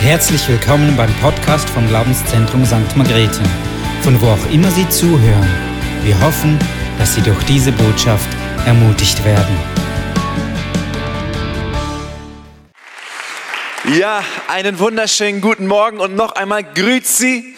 Herzlich willkommen beim Podcast vom Glaubenszentrum St. Margrethe, von wo auch immer Sie zuhören. Wir hoffen, dass Sie durch diese Botschaft ermutigt werden. Ja, einen wunderschönen guten Morgen und noch einmal Grüezi.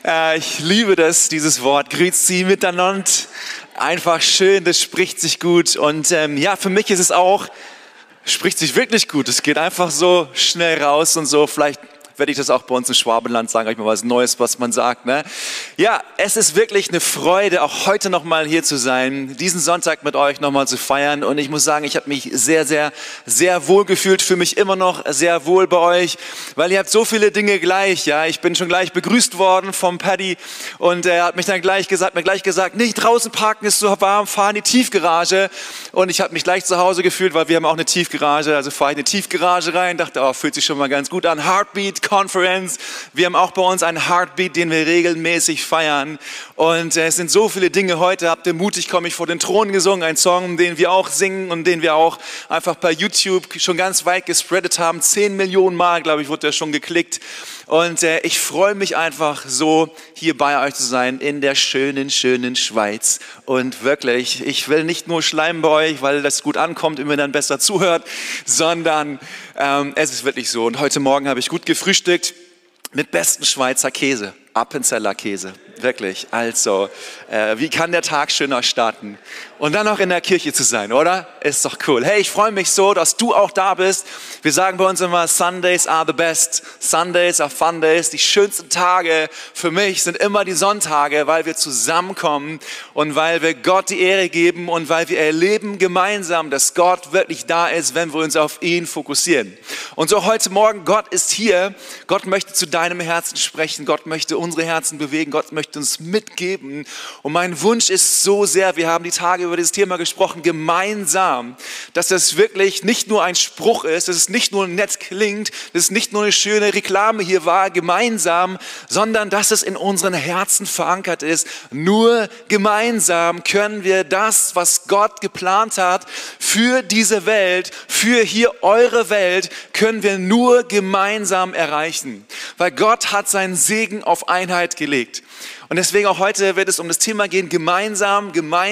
Ich liebe das, dieses Wort, Grüezi miteinander. Einfach schön, das spricht sich gut. Und für mich ist es auch, spricht sich wirklich gut. Es geht einfach so schnell raus und so. Vielleicht werde ich das auch bei uns im Schwabenland sagen, euch mal was Neues, was man sagt. Ne? Ja, es ist wirklich eine Freude, auch heute nochmal hier zu sein, diesen Sonntag mit euch nochmal zu feiern. Und ich muss sagen, ich habe mich sehr, sehr, sehr wohl gefühlt, fühle mich immer noch sehr wohl bei euch, weil ihr habt so viele Dinge gleich. Ja, ich bin schon gleich begrüßt worden vom Paddy und er hat mir gleich gesagt, nicht draußen parken, ist so warm, fahr in die Tiefgarage. Und ich habe mich gleich zu Hause gefühlt, weil wir haben auch eine Tiefgarage, also fahre ich in die Tiefgarage rein, dachte, fühlt sich schon mal ganz gut an. Heartbeat Conference. Wir haben auch bei uns einen Heartbeat, den wir regelmäßig feiern. Und es sind so viele Dinge. Heute habt ihr mutig, komme ich vor den Thron gesungen, ein Song, den wir auch singen und den wir auch einfach bei YouTube schon ganz weit gespreadet haben. 10 Millionen Mal, glaube ich, wurde der schon geklickt. Und ich freue mich einfach so, hier bei euch zu sein in der schönen, schönen Schweiz. Und wirklich, ich will nicht nur schleimen bei euch, weil das gut ankommt und mir dann besser zuhört, sondern es ist wirklich so. Und heute Morgen habe ich gut gefrühstückt mit bestem Schweizer Käse, Appenzeller Käse. Wirklich, also, wie kann der Tag schöner starten? Und dann noch in der Kirche zu sein, oder? Ist doch cool. Hey, ich freue mich so, dass du auch da bist. Wir sagen bei uns immer, Sundays are the best. Sundays are fun days. Die schönsten Tage für mich sind immer die Sonntage, weil wir zusammenkommen und weil wir Gott die Ehre geben und weil wir erleben gemeinsam, dass Gott wirklich da ist, wenn wir uns auf ihn fokussieren. Und so heute Morgen, Gott ist hier. Gott möchte zu deinem Herzen sprechen. Gott möchte unsere Herzen bewegen. Gott möchte uns mitgeben. Und mein Wunsch ist so sehr, wir haben die Tage über dieses Thema gesprochen, gemeinsam, dass das wirklich nicht nur ein Spruch ist, dass es nicht nur nett klingt, dass es nicht nur eine schöne Reklame hier war, gemeinsam, sondern dass es in unseren Herzen verankert ist. Nur gemeinsam können wir das, was Gott geplant hat für diese Welt, für hier eure Welt, können wir nur gemeinsam erreichen. Weil Gott hat seinen Segen auf Einheit gelegt. Und deswegen auch heute wird es um das Thema gehen, gemeinsam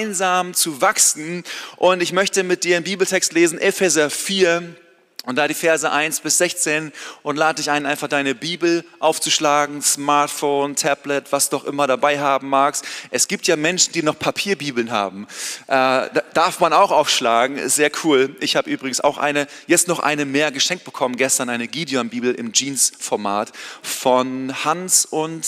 zu wachsen. Und ich möchte mit dir einen Bibeltext lesen, Epheser 4 und da die Verse 1 bis 16 und lade dich ein, einfach deine Bibel aufzuschlagen, Smartphone, Tablet, was doch immer dabei haben magst. Es gibt ja Menschen, die noch Papierbibeln haben. Darf man auch aufschlagen, ist sehr cool. Ich habe übrigens auch jetzt noch eine mehr geschenkt bekommen, gestern eine Gideon-Bibel im Jeans-Format von Hans und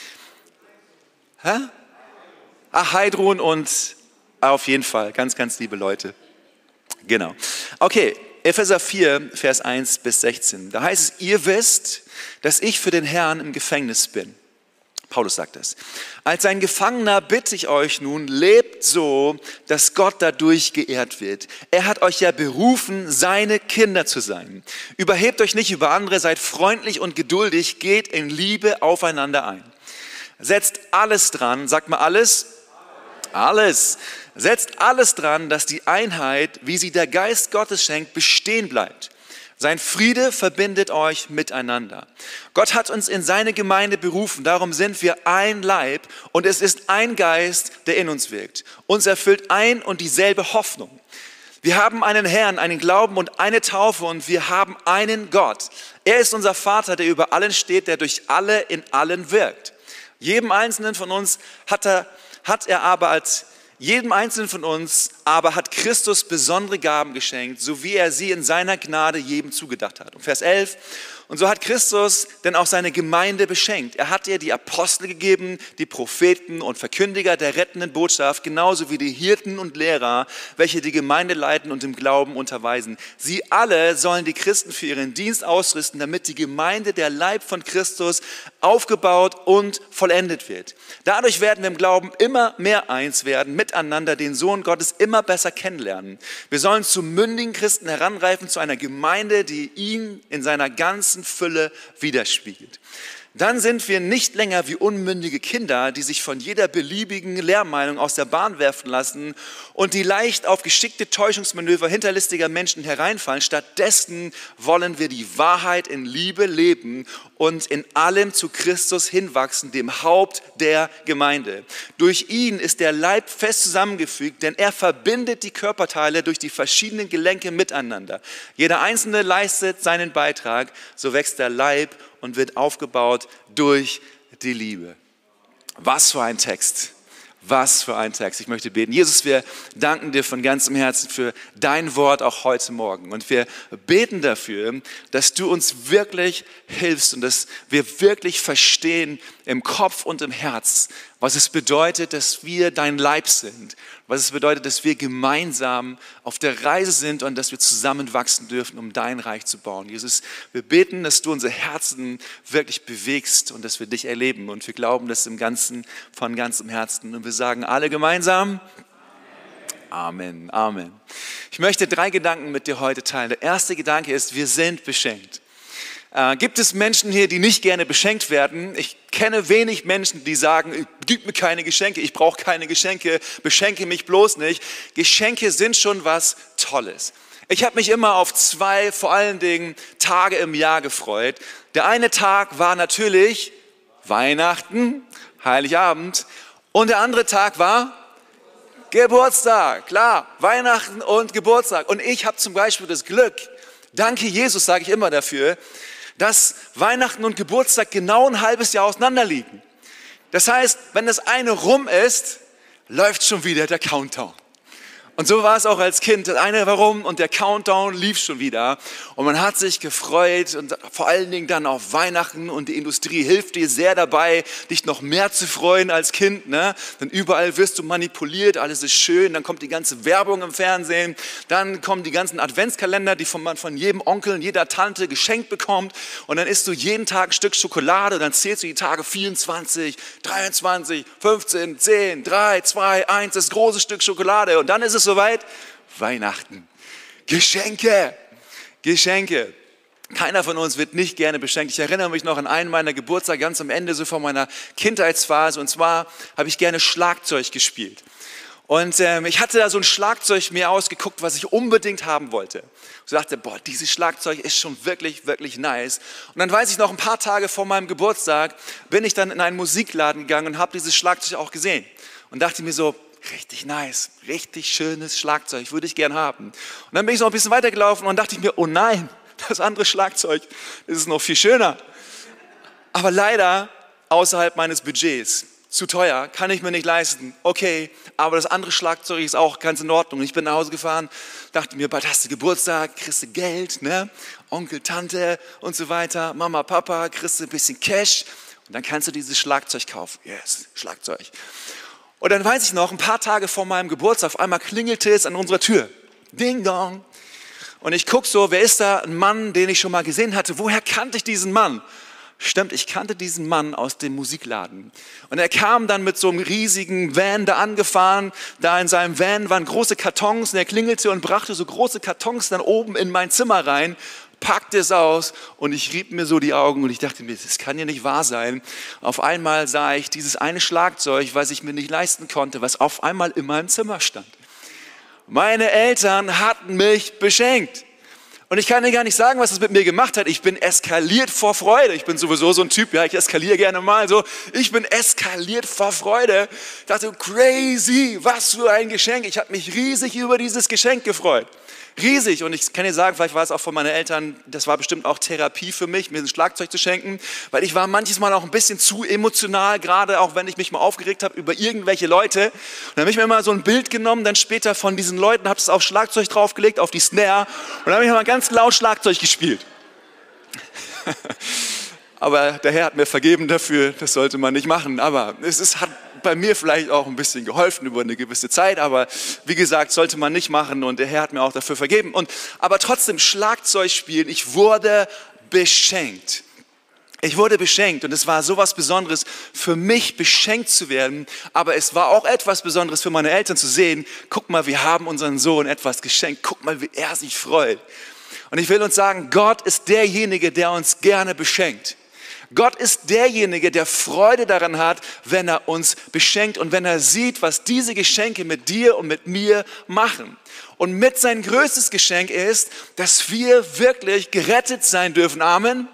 Heidrun und auf jeden Fall, ganz, ganz liebe Leute. Genau. Okay, Epheser 4, Vers 1 bis 16. Da heißt es, ihr wisst, dass ich für den Herrn im Gefängnis bin. Paulus sagt das. Als ein Gefangener bitte ich euch nun, lebt so, dass Gott dadurch geehrt wird. Er hat euch ja berufen, seine Kinder zu sein. Überhebt euch nicht über andere, seid freundlich und geduldig, geht in Liebe aufeinander ein. Setzt alles dran, sagt mal alles. Alles. Setzt alles dran, dass die Einheit, wie sie der Geist Gottes schenkt, bestehen bleibt. Sein Friede verbindet euch miteinander. Gott hat uns in seine Gemeinde berufen, darum sind wir ein Leib und es ist ein Geist, der in uns wirkt. Uns erfüllt ein und dieselbe Hoffnung. Wir haben einen Herrn, einen Glauben und eine Taufe und wir haben einen Gott. Er ist unser Vater, der über allen steht, der durch alle in allen wirkt. Jedem Einzelnen von uns hat Christus besondere Gaben geschenkt, so wie er sie in seiner Gnade jedem zugedacht hat. Und Vers 11, und so hat Christus denn auch seine Gemeinde beschenkt. Er hat ihr die Apostel gegeben, die Propheten und Verkündiger der rettenden Botschaft, genauso wie die Hirten und Lehrer, welche die Gemeinde leiten und im Glauben unterweisen. Sie alle sollen die Christen für ihren Dienst ausrüsten, damit die Gemeinde, der Leib von Christus, aufgebaut und vollendet wird. Dadurch werden wir im Glauben immer mehr eins werden, miteinander den Sohn Gottes immer besser kennenlernen. Wir sollen zu mündigen Christen heranreifen, zu einer Gemeinde, die ihn in seiner ganzen Fülle widerspiegelt. Dann sind wir nicht länger wie unmündige Kinder, die sich von jeder beliebigen Lehrmeinung aus der Bahn werfen lassen und die leicht auf geschickte Täuschungsmanöver hinterlistiger Menschen hereinfallen. Stattdessen wollen wir die Wahrheit in Liebe leben und in allem zu Christus hinwachsen, dem Haupt der Gemeinde. Durch ihn ist der Leib fest zusammengefügt, denn er verbindet die Körperteile durch die verschiedenen Gelenke miteinander. Jeder Einzelne leistet seinen Beitrag, so wächst der Leib und wird aufgebaut durch die Liebe. Was für ein Text! Was für ein Text. Ich möchte beten. Jesus, wir danken dir von ganzem Herzen für dein Wort auch heute Morgen. Und wir beten dafür, dass du uns wirklich hilfst und dass wir wirklich verstehen im Kopf und im Herz, was es bedeutet, dass wir dein Leib sind. Was es bedeutet, dass wir gemeinsam auf der Reise sind und dass wir zusammen wachsen dürfen, um dein Reich zu bauen. Jesus, wir beten, dass du unsere Herzen wirklich bewegst und dass wir dich erleben. Und wir glauben das im Ganzen, von ganzem Herzen. Und wir sagen alle gemeinsam Amen, Amen. Ich möchte 3 Gedanken mit dir heute teilen. Der erste Gedanke ist, wir sind beschenkt. Gibt es Menschen hier, die nicht gerne beschenkt werden? Ich kenne wenig Menschen, die sagen, gib mir keine Geschenke, ich brauche keine Geschenke, beschenke mich bloß nicht. Geschenke sind schon was Tolles. Ich habe mich immer auf 2, vor allen Dingen, Tage im Jahr gefreut. Der eine Tag war natürlich Weihnachten, Heiligabend, und der andere Tag war Geburtstag. Klar, Weihnachten und Geburtstag. Und ich habe zum Beispiel das Glück, danke Jesus, sage ich immer dafür, dass Weihnachten und Geburtstag genau ein halbes Jahr auseinander liegen. Das heißt, wenn das eine rum ist, läuft schon wieder der Countdown. Und so war es auch als Kind. Das eine war rum und der Countdown lief schon wieder. Und man hat sich gefreut und vor allen Dingen dann auf Weihnachten. Und die Industrie hilft dir sehr dabei, dich noch mehr zu freuen als Kind. Ne? Denn überall wirst du manipuliert, alles ist schön. Dann kommt die ganze Werbung im Fernsehen. Dann kommen die ganzen Adventskalender, die man von jedem Onkel und jeder Tante geschenkt bekommt. Und dann isst du jeden Tag ein Stück Schokolade. Dann zählst du die Tage 24, 23, 15, 10, 3, 2, 1, das große Stück Schokolade. Und dann ist es soweit, Weihnachten. Geschenke. Keiner von uns wird nicht gerne beschenkt. Ich erinnere mich noch an einen meiner Geburtstage, ganz am Ende so von meiner Kindheitsphase. Und zwar habe ich gerne Schlagzeug gespielt. Und ich hatte da so ein Schlagzeug mir ausgeguckt, was ich unbedingt haben wollte. Und so dachte, boah, dieses Schlagzeug ist schon wirklich, wirklich nice. Und dann weiß ich noch, ein paar Tage vor meinem Geburtstag bin ich dann in einen Musikladen gegangen und habe dieses Schlagzeug auch gesehen. Und dachte mir so, richtig nice, richtig schönes Schlagzeug, würde ich gern haben. Und dann bin ich so ein bisschen weitergelaufen und dachte ich mir, oh nein, das andere Schlagzeug, das ist noch viel schöner. Aber leider außerhalb meines Budgets. Zu teuer, kann ich mir nicht leisten. Okay, aber das andere Schlagzeug ist auch ganz in Ordnung. Ich bin nach Hause gefahren, dachte mir, bald hast du Geburtstag, kriegst du Geld, ne? Onkel, Tante und so weiter, Mama, Papa, kriegst du ein bisschen Cash und dann kannst du dieses Schlagzeug kaufen. Yes, Schlagzeug. Und dann weiß ich noch, ein paar Tage vor meinem Geburtstag, auf einmal klingelte es an unserer Tür. Ding dong. Und ich gucke so, wer ist da? Ein Mann, den ich schon mal gesehen hatte. Woher kannte ich diesen Mann? Stimmt, ich kannte diesen Mann aus dem Musikladen. Und er kam dann mit so einem riesigen Van da angefahren. Da in seinem Van waren große Kartons und er klingelte und brachte so große Kartons dann oben in mein Zimmer rein, packte es aus und ich rieb mir so die Augen und ich dachte mir, das kann ja nicht wahr sein. Auf einmal sah ich dieses eine Schlagzeug, was ich mir nicht leisten konnte, was auf einmal in meinem Zimmer stand. Meine Eltern hatten mich beschenkt. Und ich kann dir gar nicht sagen, was es mit mir gemacht hat. Ich bin eskaliert vor Freude. Ich bin sowieso so ein Typ, ja, ich eskaliere gerne mal so. Ich bin eskaliert vor Freude. Ich dachte, crazy, was für ein Geschenk. Ich habe mich riesig über dieses Geschenk gefreut. Riesig. Und ich kann dir sagen, vielleicht war es auch von meinen Eltern, das war bestimmt auch Therapie für mich, mir ein Schlagzeug zu schenken, weil ich war manches Mal auch ein bisschen zu emotional, gerade auch wenn ich mich mal aufgeregt habe über irgendwelche Leute. Und dann habe ich mir mal so ein Bild genommen, dann später von diesen Leuten, habe es auf Schlagzeug draufgelegt, auf die Snare und dann habe ich mal ganz laut Schlagzeug gespielt. Aber der Herr hat mir vergeben dafür, das sollte man nicht machen. Aber hat bei mir vielleicht auch ein bisschen geholfen über eine gewisse Zeit. Aber wie gesagt, sollte man nicht machen und der Herr hat mir auch dafür vergeben. Aber trotzdem Schlagzeug spielen, ich wurde beschenkt. Ich wurde beschenkt und es war so was Besonderes für mich, beschenkt zu werden. Aber es war auch etwas Besonderes für meine Eltern zu sehen, guck mal, wir haben unseren Sohn etwas geschenkt. Guck mal, wie er sich freut. Und ich will uns sagen, Gott ist derjenige, der uns gerne beschenkt. Gott ist derjenige, der Freude daran hat, wenn er uns beschenkt und wenn er sieht, was diese Geschenke mit dir und mit mir machen. Und mit sein größtes Geschenk ist, dass wir wirklich gerettet sein dürfen. Amen.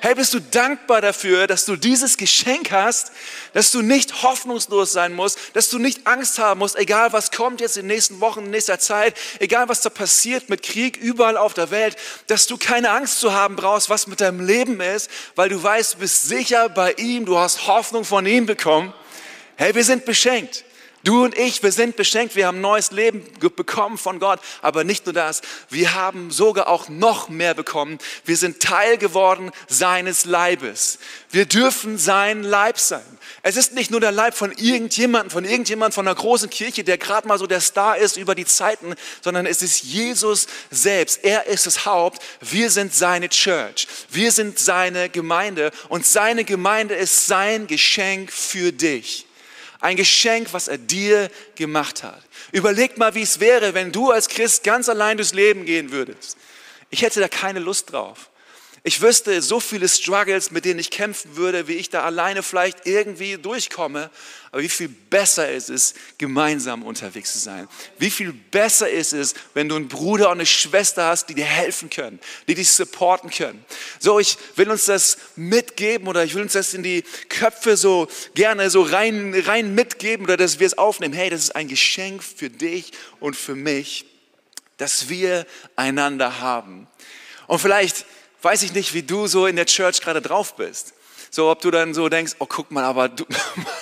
Hey, bist du dankbar dafür, dass du dieses Geschenk hast, dass du nicht hoffnungslos sein musst, dass du nicht Angst haben musst, egal was kommt jetzt in den nächsten Wochen, in nächster Zeit, egal was da passiert mit Krieg überall auf der Welt, dass du keine Angst zu haben brauchst, was mit deinem Leben ist, weil du weißt, du bist sicher bei ihm, du hast Hoffnung von ihm bekommen. Hey, wir sind beschenkt. Du und ich, wir sind beschenkt, wir haben neues Leben bekommen von Gott, aber nicht nur das, wir haben sogar auch noch mehr bekommen. Wir sind Teil geworden seines Leibes. Wir dürfen sein Leib sein. Es ist nicht nur der Leib von irgendjemandem von einer großen Kirche, der gerade mal so der Star ist über die Zeiten, sondern es ist Jesus selbst. Er ist das Haupt. Wir sind seine Church. Wir sind seine Gemeinde und seine Gemeinde ist sein Geschenk für dich. Ein Geschenk, was er dir gemacht hat. Überleg mal, wie es wäre, wenn du als Christ ganz allein durchs Leben gehen würdest. Ich hätte da keine Lust drauf. Ich wüsste so viele Struggles, mit denen ich kämpfen würde, wie ich da alleine vielleicht irgendwie durchkomme. Aber wie viel besser ist es, gemeinsam unterwegs zu sein? Wie viel besser ist es, wenn du einen Bruder und eine Schwester hast, die dir helfen können, die dich supporten können? So, ich will uns das mitgeben oder ich will uns das in die Köpfe so gerne so rein mitgeben oder dass wir es aufnehmen. Hey, das ist ein Geschenk für dich und für mich, dass wir einander haben. Und vielleicht weiß ich nicht, wie du so in der Church gerade drauf bist. So, ob du dann so denkst, oh guck mal, aber du,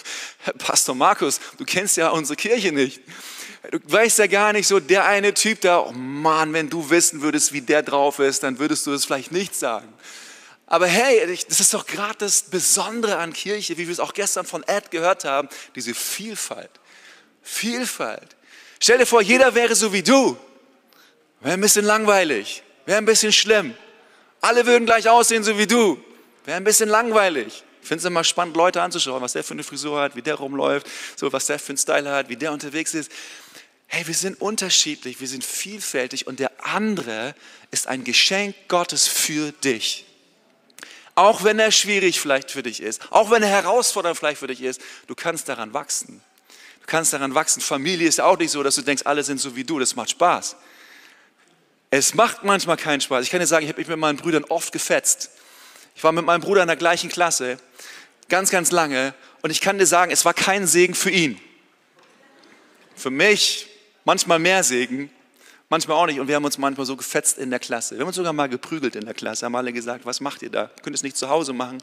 Pastor Markus, du kennst ja unsere Kirche nicht. Du weißt ja gar nicht so, der eine Typ da, oh Mann, wenn du wissen würdest, wie der drauf ist, dann würdest du es vielleicht nicht sagen. Aber hey, das ist doch gerade das Besondere an Kirche, wie wir es auch gestern von Ed gehört haben, diese Vielfalt. Vielfalt. Stell dir vor, jeder wäre so wie du. Wäre ein bisschen langweilig, wäre ein bisschen schlimm. Alle würden gleich aussehen, so wie du. Wäre ein bisschen langweilig. Ich finde es immer spannend, Leute anzuschauen, was der für eine Frisur hat, wie der rumläuft, so was der für einen Style hat, wie der unterwegs ist. Hey, wir sind unterschiedlich, wir sind vielfältig und der andere ist ein Geschenk Gottes für dich. Auch wenn er schwierig vielleicht für dich ist, auch wenn er herausfordernd vielleicht für dich ist, du kannst daran wachsen. Du kannst daran wachsen. Familie ist auch nicht so, dass du denkst, alle sind so wie du, das macht Spaß. Es macht manchmal keinen Spaß. Ich kann dir sagen, ich habe mich mit meinen Brüdern oft gefetzt. Ich war mit meinem Bruder in der gleichen Klasse, ganz, ganz lange. Und ich kann dir sagen, es war kein Segen für ihn. Für mich manchmal mehr Segen, manchmal auch nicht. Und wir haben uns manchmal so gefetzt in der Klasse. Wir haben uns sogar mal geprügelt in der Klasse. Haben alle gesagt, was macht ihr da? Ihr könnt es nicht zu Hause machen.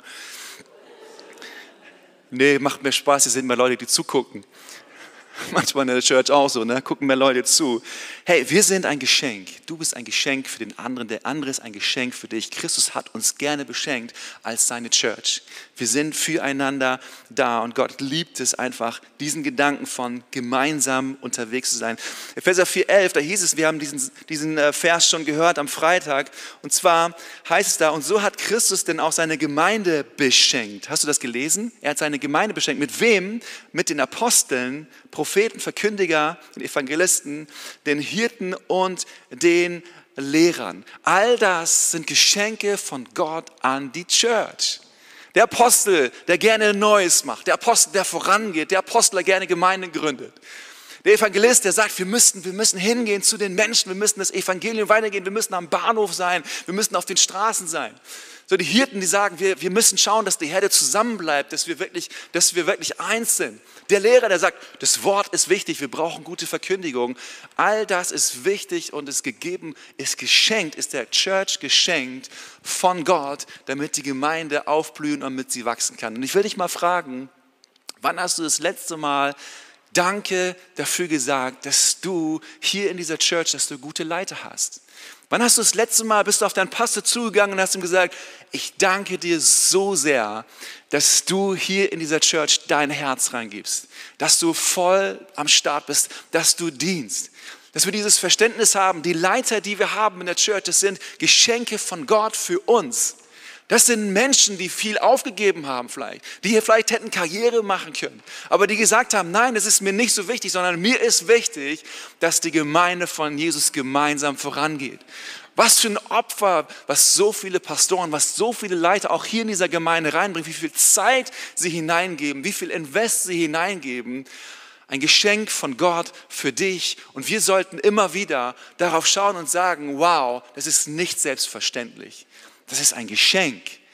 Nee, macht mir Spaß. Hier sind mal Leute, die zugucken. Manchmal in der Church auch so, ne? Gucken mehr Leute zu. Hey, wir sind ein Geschenk. Du bist ein Geschenk für den anderen. Der andere ist ein Geschenk für dich. Christus hat uns gerne beschenkt als seine Church. Wir sind füreinander da und Gott liebt es einfach, diesen Gedanken von gemeinsam unterwegs zu sein. Epheser 4,11, da hieß es, wir haben diesen Vers schon gehört am Freitag. Und zwar heißt es da, und so hat Christus denn auch seine Gemeinde beschenkt. Hast du das gelesen? Er hat seine Gemeinde beschenkt. Mit wem? Mit den Aposteln, Propheten, Verkündiger, den Evangelisten, den Hirten und den Lehrern. All das sind Geschenke von Gott an die Church. Der Apostel, der gerne Neues macht, der Apostel, der vorangeht, der Apostel, der gerne Gemeinden gründet. Der Evangelist, der sagt, wir müssen hingehen zu den Menschen, wir müssen das Evangelium weitergehen, wir müssen am Bahnhof sein, wir müssen auf den Straßen sein. So die Hirten, die sagen, wir müssen schauen, dass die Herde zusammenbleibt, dass wir wirklich eins sind. Der Lehrer, der sagt, das Wort ist wichtig, wir brauchen gute Verkündigung. All das ist wichtig und ist gegeben, ist geschenkt, ist der Church geschenkt von Gott, damit die Gemeinde aufblühen und damit sie wachsen kann. Und ich will dich mal fragen, wann hast du das letzte Mal Danke dafür gesagt, dass du hier in dieser Church, dass du gute Leiter hast? Wann hast du das letzte Mal, bist du auf deinen Pastor zugegangen und hast ihm gesagt, ich danke dir so sehr, dass du hier in dieser Church dein Herz reingibst, dass du voll am Start bist, dass du dienst, dass wir dieses Verständnis haben, die Leiter, die wir haben in der Church, das sind Geschenke von Gott für uns. Das sind Menschen, die viel aufgegeben haben vielleicht, die hier vielleicht hätten Karriere machen können, aber die gesagt haben, nein, das ist mir nicht so wichtig, sondern mir ist wichtig, dass die Gemeinde von Jesus gemeinsam vorangeht. Was für ein Opfer, was so viele Pastoren, was so viele Leiter auch hier in dieser Gemeinde reinbringen, wie viel Zeit sie hineingeben, wie viel Invest sie hineingeben. Ein Geschenk von Gott für dich und wir sollten immer wieder darauf schauen und sagen, wow, das ist nicht selbstverständlich. Das ist ein Geschenk.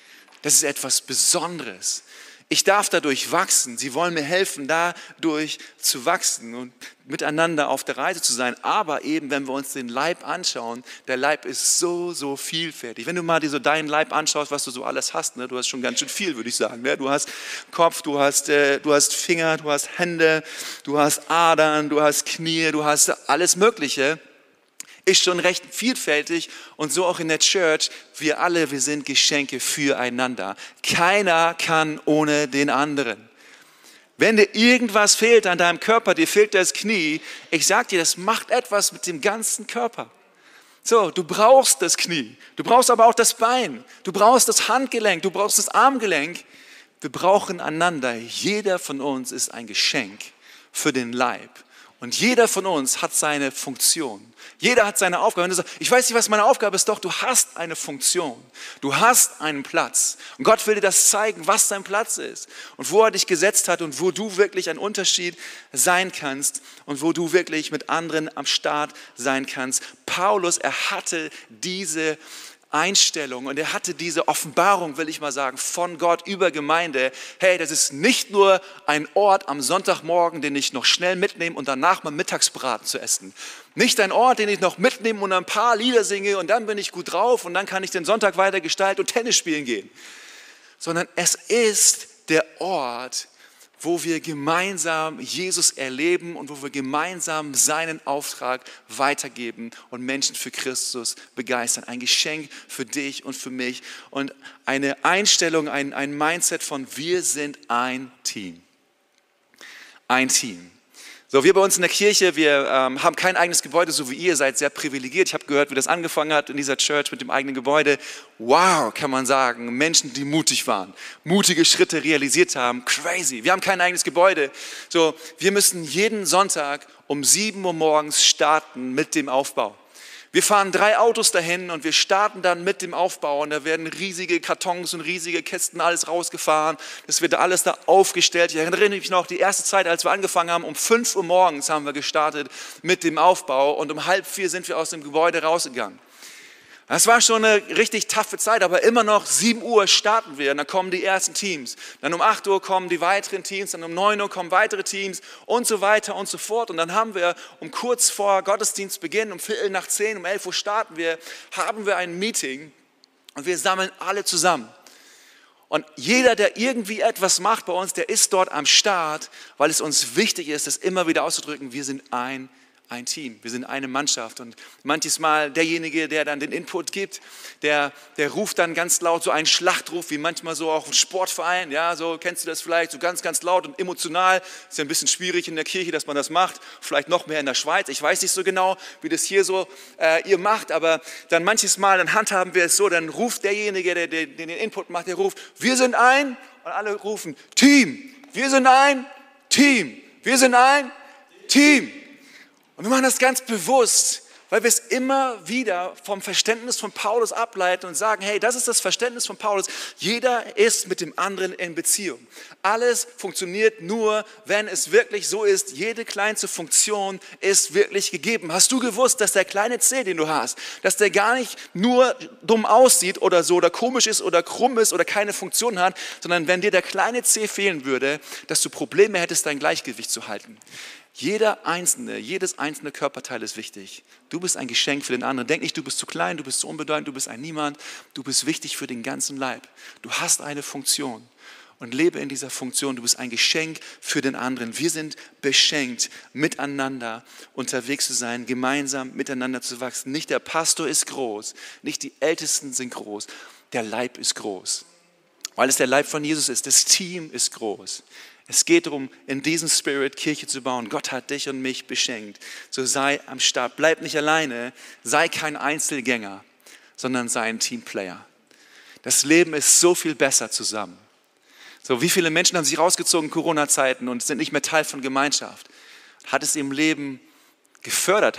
Das ist etwas Besonderes. Ich darf dadurch wachsen. Sie wollen mir helfen, dadurch zu wachsen und miteinander auf der Reise zu sein. Aber eben, wenn wir uns den Leib anschauen, der Leib ist so vielfältig. Wenn du mal dir so deinen Leib anschaust, was du so alles hast, ne? Du hast schon ganz schön viel, würde ich sagen. Ne? Du hast Kopf, du hast Finger, du hast Hände, du hast Adern, du hast Knie, du hast alles Mögliche. Ist schon recht vielfältig und so auch in der Church. Wir sind Geschenke füreinander. Keiner kann ohne den anderen. Wenn dir irgendwas fehlt an deinem Körper, dir fehlt das Knie, ich sag dir, das macht etwas mit dem ganzen Körper. So, du brauchst das Knie, du brauchst aber auch das Bein, du brauchst das Handgelenk, du brauchst das Armgelenk. Wir brauchen einander. Jeder von uns ist ein Geschenk für den Leib. Und jeder von uns hat seine Funktion. Jeder hat seine Aufgabe. Wenn du sagst, ich weiß nicht, was meine Aufgabe ist, doch, du hast eine Funktion. Du hast einen Platz. Und Gott will dir das zeigen, was dein Platz ist. Und wo er dich gesetzt hat und wo du wirklich ein Unterschied sein kannst. Und wo du wirklich mit anderen am Start sein kannst. Paulus, er hatte diese Einstellung und er hatte diese Offenbarung, will ich mal sagen, von Gott über Gemeinde. Hey, das ist nicht nur ein Ort am Sonntagmorgen, den ich noch schnell mitnehme und danach mal Mittagsbraten zu essen. Nicht ein Ort, den ich noch mitnehme und ein paar Lieder singe und dann bin ich gut drauf und dann kann ich den Sonntag weiter gestalten und Tennis spielen gehen. Sondern es ist der Ort, wo wir gemeinsam Jesus erleben und wo wir gemeinsam seinen Auftrag weitergeben und Menschen für Christus begeistern. Ein Geschenk für dich und für mich und eine Einstellung, ein Mindset von wir sind ein Team. Ein Team. So, wir bei uns in der Kirche, wir haben kein eigenes Gebäude, so wie ihr seid sehr privilegiert. Ich habe gehört, wie das angefangen hat in dieser Church mit dem eigenen Gebäude. Wow, kann man sagen. Menschen, die mutig waren, mutige Schritte realisiert haben. Crazy. Wir haben kein eigenes Gebäude. So, wir müssen jeden Sonntag um 7 Uhr morgens starten mit dem Aufbau. Wir fahren 3 Autos dahin und wir starten dann mit dem Aufbau und da werden riesige Kartons und riesige Kisten alles rausgefahren. Das wird alles da aufgestellt. Ich erinnere mich noch, die erste Zeit, als wir angefangen haben, um 5 Uhr morgens haben wir gestartet mit dem Aufbau und um 3:30 sind wir aus dem Gebäude rausgegangen. Das war schon eine richtig taffe Zeit, aber immer noch 7 Uhr starten wir und dann kommen die ersten Teams. Dann um 8 Uhr kommen die weiteren Teams, dann um 9 Uhr kommen weitere Teams und so weiter und so fort. Und dann haben wir kurz vor Gottesdienstbeginn, um 9:15, um 11 Uhr starten wir, haben wir ein Meeting und wir sammeln alle zusammen. Und jeder, der irgendwie etwas macht bei uns, der ist dort am Start, weil es uns wichtig ist, das immer wieder auszudrücken, wir sind ein Team, wir sind eine Mannschaft und manches Mal derjenige, der dann den Input gibt, der ruft dann ganz laut so einen Schlachtruf, wie manchmal so auch ein Sportverein, ja, so kennst du das vielleicht, so ganz laut und emotional, ist ja ein bisschen schwierig in der Kirche, dass man das macht, vielleicht noch mehr in der Schweiz, ich weiß nicht so genau, wie das hier so ihr macht, aber dann manches Mal, dann handhaben wir es so, dann ruft derjenige, der den Input macht, der ruft, wir sind ein, und alle rufen, Team, wir sind ein Team, wir sind ein Team. Und wir machen das ganz bewusst, weil wir es immer wieder vom Verständnis von Paulus ableiten und sagen, hey, das ist das Verständnis von Paulus. Jeder ist mit dem anderen in Beziehung. Alles funktioniert nur, wenn es wirklich so ist. Jede kleinste Funktion ist wirklich gegeben. Hast du gewusst, dass der kleine Zeh, den du hast, dass der gar nicht nur dumm aussieht oder so oder komisch ist oder krumm ist oder keine Funktion hat, sondern wenn dir der kleine Zeh fehlen würde, dass du Probleme hättest, dein Gleichgewicht zu halten. Jedes einzelne Körperteil ist wichtig. Du bist ein Geschenk für den anderen. Denk nicht, du bist zu klein, du bist zu unbedeutend, du bist ein Niemand. Du bist wichtig für den ganzen Leib. Du hast eine Funktion und lebe in dieser Funktion. Du bist ein Geschenk für den anderen. Wir sind beschenkt, miteinander unterwegs zu sein, gemeinsam miteinander zu wachsen. Nicht der Pastor ist groß, nicht die Ältesten sind groß, der Leib ist groß. Weil es der Leib von Jesus ist, das Team ist groß. Es geht darum, in diesem Spirit Kirche zu bauen. Gott hat dich und mich beschenkt. So sei am Start. Bleib nicht alleine. Sei kein Einzelgänger, sondern sei ein Teamplayer. Das Leben ist so viel besser zusammen. So, wie viele Menschen haben sich rausgezogen in Corona-Zeiten und sind nicht mehr Teil von Gemeinschaft? Hat es im Leben gefördert?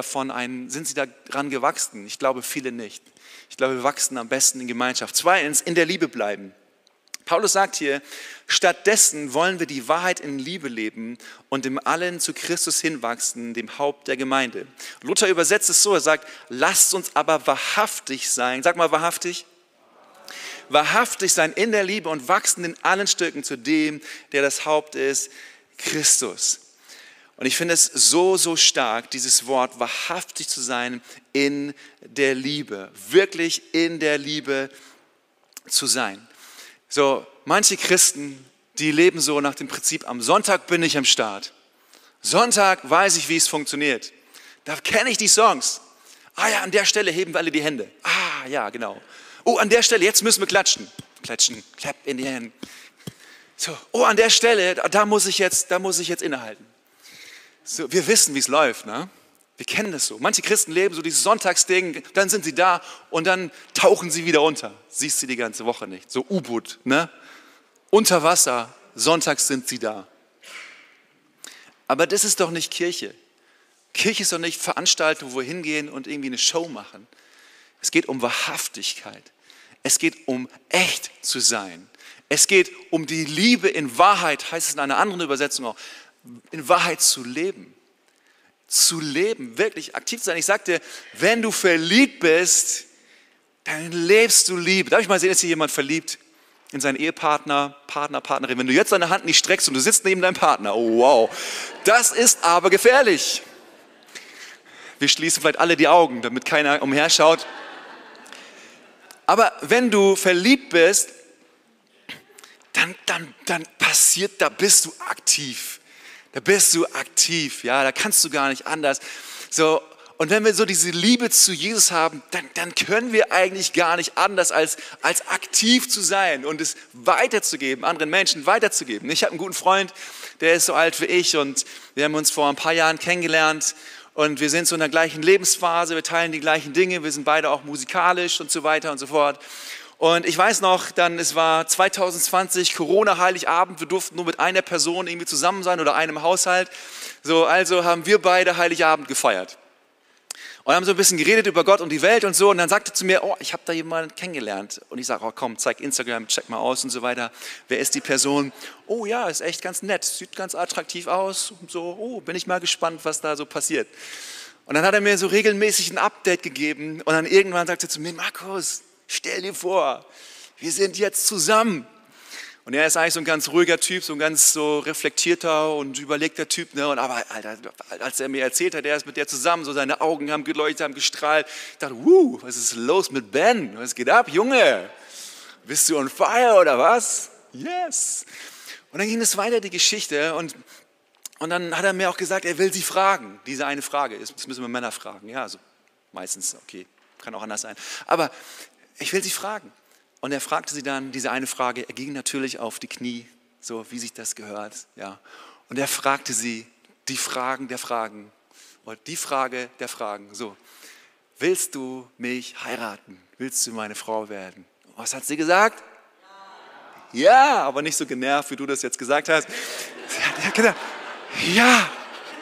Sind sie daran gewachsen? Ich glaube, viele nicht. Ich glaube, wir wachsen am besten in Gemeinschaft. 2, in der Liebe bleiben. Paulus sagt hier, stattdessen wollen wir die Wahrheit in Liebe leben und im Allen zu Christus hinwachsen, dem Haupt der Gemeinde. Luther übersetzt es so, er sagt, lasst uns aber wahrhaftig sein. Sag mal wahrhaftig. wahrhaftig sein in der Liebe und wachsen in allen Stücken zu dem, der das Haupt ist, Christus. Und ich finde es so, so stark, dieses Wort, wahrhaftig zu sein in der Liebe, wirklich in der Liebe zu sein. So, manche Christen, die leben so nach dem Prinzip, am Sonntag bin ich am Start. Sonntag weiß ich, wie es funktioniert. Da kenne ich die Songs. Ah ja, an der Stelle heben wir alle die Hände. Ah ja, genau. Oh, an der Stelle, jetzt müssen wir klatschen. Klatschen, clap in die Hände. So, oh, an der Stelle, da muss ich jetzt innehalten. So, wir wissen, wie es läuft, ne? Wir kennen das so. Manche Christen leben so dieses Sonntagsding, dann sind sie da und dann tauchen sie wieder unter. Siehst du die ganze Woche nicht. So U-Boot, ne? Unter Wasser, sonntags sind sie da. Aber das ist doch nicht Kirche. Kirche ist doch nicht Veranstaltung, wo wir hingehen und irgendwie eine Show machen. Es geht um Wahrhaftigkeit. Es geht um echt zu sein. Es geht um die Liebe in Wahrheit, heißt es in einer anderen Übersetzung auch, in Wahrheit zu leben. Zu leben, wirklich aktiv zu sein. Ich sagte, wenn du verliebt bist, dann lebst du Liebe. Darf ich mal sehen, ist hier jemand verliebt in seinen Ehepartner, Partnerin? Wenn du jetzt deine Hand nicht streckst und du sitzt neben deinem Partner, oh wow, das ist aber gefährlich. Wir schließen vielleicht alle die Augen, damit keiner umherschaut. Aber wenn du verliebt bist, dann passiert, da bist du aktiv. Da bist du aktiv, ja, da kannst du gar nicht anders. So, und wenn wir so diese Liebe zu Jesus haben, dann können wir eigentlich gar nicht anders, als aktiv zu sein und es weiterzugeben, anderen Menschen weiterzugeben. Ich habe einen guten Freund, der ist so alt wie ich und wir haben uns vor ein paar Jahren kennengelernt und wir sind so in der gleichen Lebensphase, wir teilen die gleichen Dinge, wir sind beide auch musikalisch und so weiter und so fort. Und ich weiß noch, es war 2020, Corona-Heiligabend, wir durften nur mit einer Person irgendwie zusammen sein oder einem Haushalt. So, also haben wir beide Heiligabend gefeiert. Und haben so ein bisschen geredet über Gott und die Welt und so. Und dann sagte er zu mir, oh, ich habe da jemanden kennengelernt. Und ich sage, oh komm, zeig Instagram, check mal aus und so weiter. Wer ist die Person? Oh ja, ist echt ganz nett, sieht ganz attraktiv aus. Und so, oh, bin ich mal gespannt, was da so passiert. Und dann hat er mir so regelmäßig ein Update gegeben. Und dann irgendwann sagte er zu mir, Markus, stell dir vor, wir sind jetzt zusammen. Und er ist eigentlich so ein ganz ruhiger Typ, so ein ganz so reflektierter und überlegter Typ. Ne? Und aber Alter, als er mir erzählt hat, er ist mit der zusammen, so seine Augen haben geleuchtet, haben gestrahlt. Ich dachte, was ist los mit Ben? Was geht ab, Junge? Bist du on fire oder was? Yes. Und dann ging es weiter, die Geschichte. Und dann hat er mir auch gesagt, er will sie fragen. Diese eine Frage ist, das müssen wir Männer fragen. Ja, also meistens, okay, kann auch anders sein. Aber ich will sie fragen. Und er fragte sie dann diese eine Frage. Er ging natürlich auf die Knie, so wie sich das gehört. Ja. Und er fragte sie die Fragen der Fragen. Oder die Frage der Fragen. So, willst du mich heiraten? Willst du meine Frau werden? Was hat sie gesagt? Ja, aber nicht so genervt, wie du das jetzt gesagt hast. Sie hat gedacht, ja.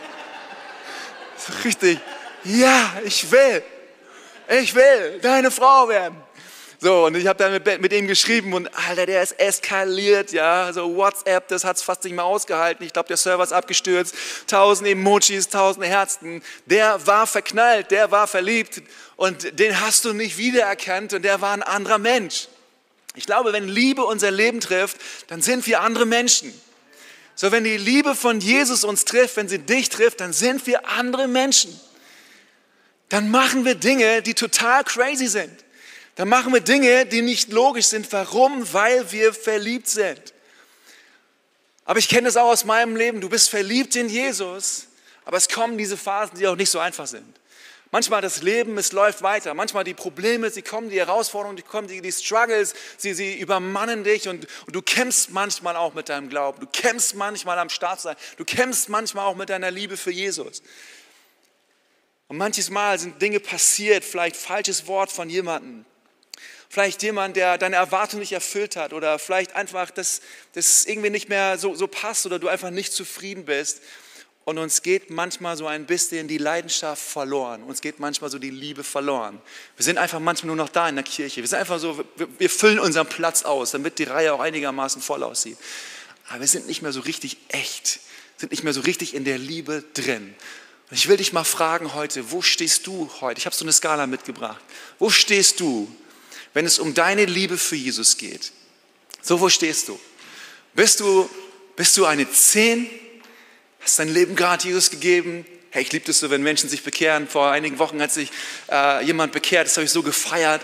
So richtig. Ja, ich will deine Frau werden. So, und ich habe dann mit ihm geschrieben und Alter, der ist eskaliert, ja, so WhatsApp, das hat es fast nicht mehr ausgehalten. Ich glaube, der Server ist abgestürzt, 1000 Emojis, 1000 Herzen. Der war verknallt, der war verliebt und den hast du nicht wiedererkannt und der war ein anderer Mensch. Ich glaube, wenn Liebe unser Leben trifft, dann sind wir andere Menschen. So, wenn die Liebe von Jesus uns trifft, wenn sie dich trifft, dann sind wir andere Menschen. Dann machen wir Dinge, die total crazy sind. Dann machen wir Dinge, die nicht logisch sind. Warum? Weil wir verliebt sind. Aber ich kenne das auch aus meinem Leben. Du bist verliebt in Jesus, aber es kommen diese Phasen, die auch nicht so einfach sind. Manchmal das Leben, es läuft weiter. Manchmal die Probleme, sie kommen, die Herausforderungen, die kommen, die Struggles, sie übermannen dich und du kämpfst manchmal auch mit deinem Glauben. Du kämpfst manchmal am Start sein. Du kämpfst manchmal auch mit deiner Liebe für Jesus. Und manches Mal sind Dinge passiert, vielleicht falsches Wort von jemandem. Vielleicht jemand, der deine Erwartung nicht erfüllt hat oder vielleicht einfach, dass das irgendwie nicht mehr so passt oder du einfach nicht zufrieden bist. Und uns geht manchmal so ein bisschen die Leidenschaft verloren. Uns geht manchmal so die Liebe verloren. Wir sind einfach manchmal nur noch da in der Kirche. Wir sind einfach so, wir füllen unseren Platz aus, damit die Reihe auch einigermaßen voll aussieht. Aber wir sind nicht mehr so richtig echt, sind nicht mehr so richtig in der Liebe drin. Und ich will dich mal fragen heute, wo stehst du heute? Ich habe so eine Skala mitgebracht. Wo stehst du? wenn es um deine Liebe für Jesus geht? So, wo stehst du? Bist du eine 10? Hast dein Leben gerade Jesus gegeben? Hey, ich liebe das so, wenn Menschen sich bekehren. Vor einigen Wochen hat sich jemand bekehrt, das habe ich so gefeiert,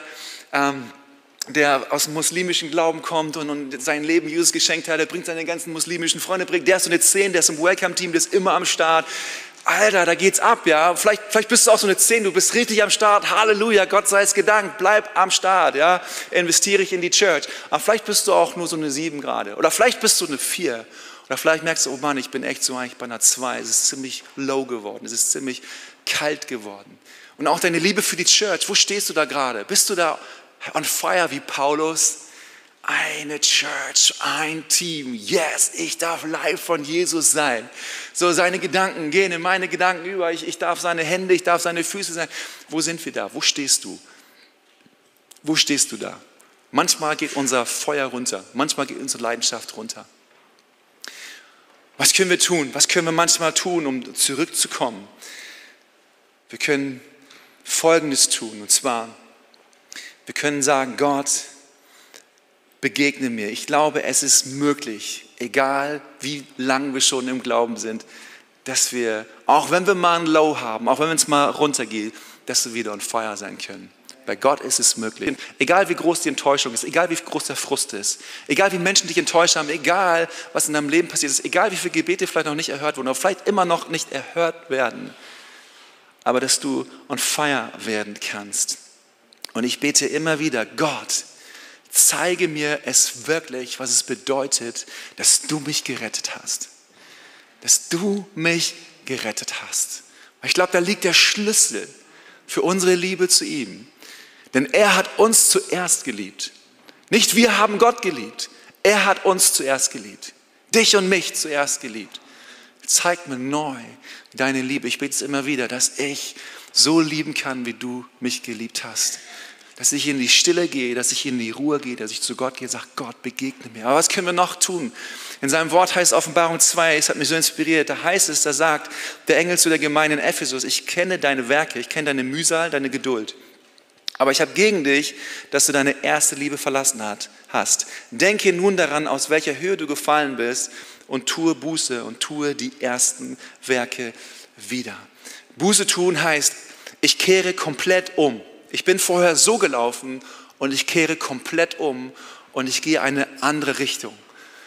der aus dem muslimischen Glauben kommt und sein Leben Jesus geschenkt hat. Er bringt seine ganzen muslimischen Freunde, der ist so eine 10, der ist im Welcome-Team, der ist immer am Start. Alter, da geht's ab, ja. Vielleicht bist du auch so eine 10, du bist richtig am Start. Halleluja, Gott sei es gedankt, bleib am Start, ja. Investiere ich in die Church. Aber vielleicht bist du auch nur so eine 7 gerade. Oder vielleicht bist du eine 4. Oder vielleicht merkst du, oh Mann, ich bin echt so eigentlich bei einer 2. Es ist ziemlich low geworden, es ist ziemlich kalt geworden. Und auch deine Liebe für die Church, wo stehst du da gerade? Bist du da on fire wie Paulus? Eine Church, ein Team, yes, ich darf live von Jesus sein. So, seine Gedanken gehen in meine Gedanken über, ich darf seine Hände, ich darf seine Füße sein. Wo sind wir da? Wo stehst du? Wo stehst du da? Manchmal geht unser Feuer runter, manchmal geht unsere Leidenschaft runter. Was können wir tun? Was können wir manchmal tun, um zurückzukommen? Wir können Folgendes tun, und zwar, wir können sagen, Gott, begegne mir. Ich glaube, es ist möglich, egal wie lang wir schon im Glauben sind, dass wir, auch wenn wir mal ein Low haben, auch wenn es mal runtergeht, dass wir wieder on fire sein können. Bei Gott ist es möglich. Egal wie groß die Enttäuschung ist, egal wie groß der Frust ist, egal wie Menschen dich enttäuscht haben, egal was in deinem Leben passiert ist, egal wie viele Gebete vielleicht noch nicht erhört wurden oder vielleicht immer noch nicht erhört werden, aber dass du on fire werden kannst. Und ich bete immer wieder, Gott, zeige mir es wirklich, was es bedeutet, dass du mich gerettet hast. Dass du mich gerettet hast. Ich glaube, da liegt der Schlüssel für unsere Liebe zu ihm. Denn er hat uns zuerst geliebt. Nicht wir haben Gott geliebt. Er hat uns zuerst geliebt. Dich und mich zuerst geliebt. Zeig mir neu deine Liebe. Ich bete es immer wieder, dass ich so lieben kann, wie du mich geliebt hast. Dass ich in die Stille gehe, dass ich in die Ruhe gehe, dass ich zu Gott gehe und sage, Gott, begegne mir. Aber was können wir noch tun? In seinem Wort heißt Offenbarung 2, es hat mich so inspiriert, da heißt es, da sagt der Engel zu der Gemeinde in Ephesus, ich kenne deine Werke, ich kenne deine Mühsal, deine Geduld. Aber ich habe gegen dich, dass du deine erste Liebe verlassen hast. Denke nun daran, aus welcher Höhe du gefallen bist und tue Buße und tue die ersten Werke wieder. Buße tun heißt, ich kehre komplett um. Ich bin vorher so gelaufen und ich kehre komplett um und ich gehe eine andere Richtung.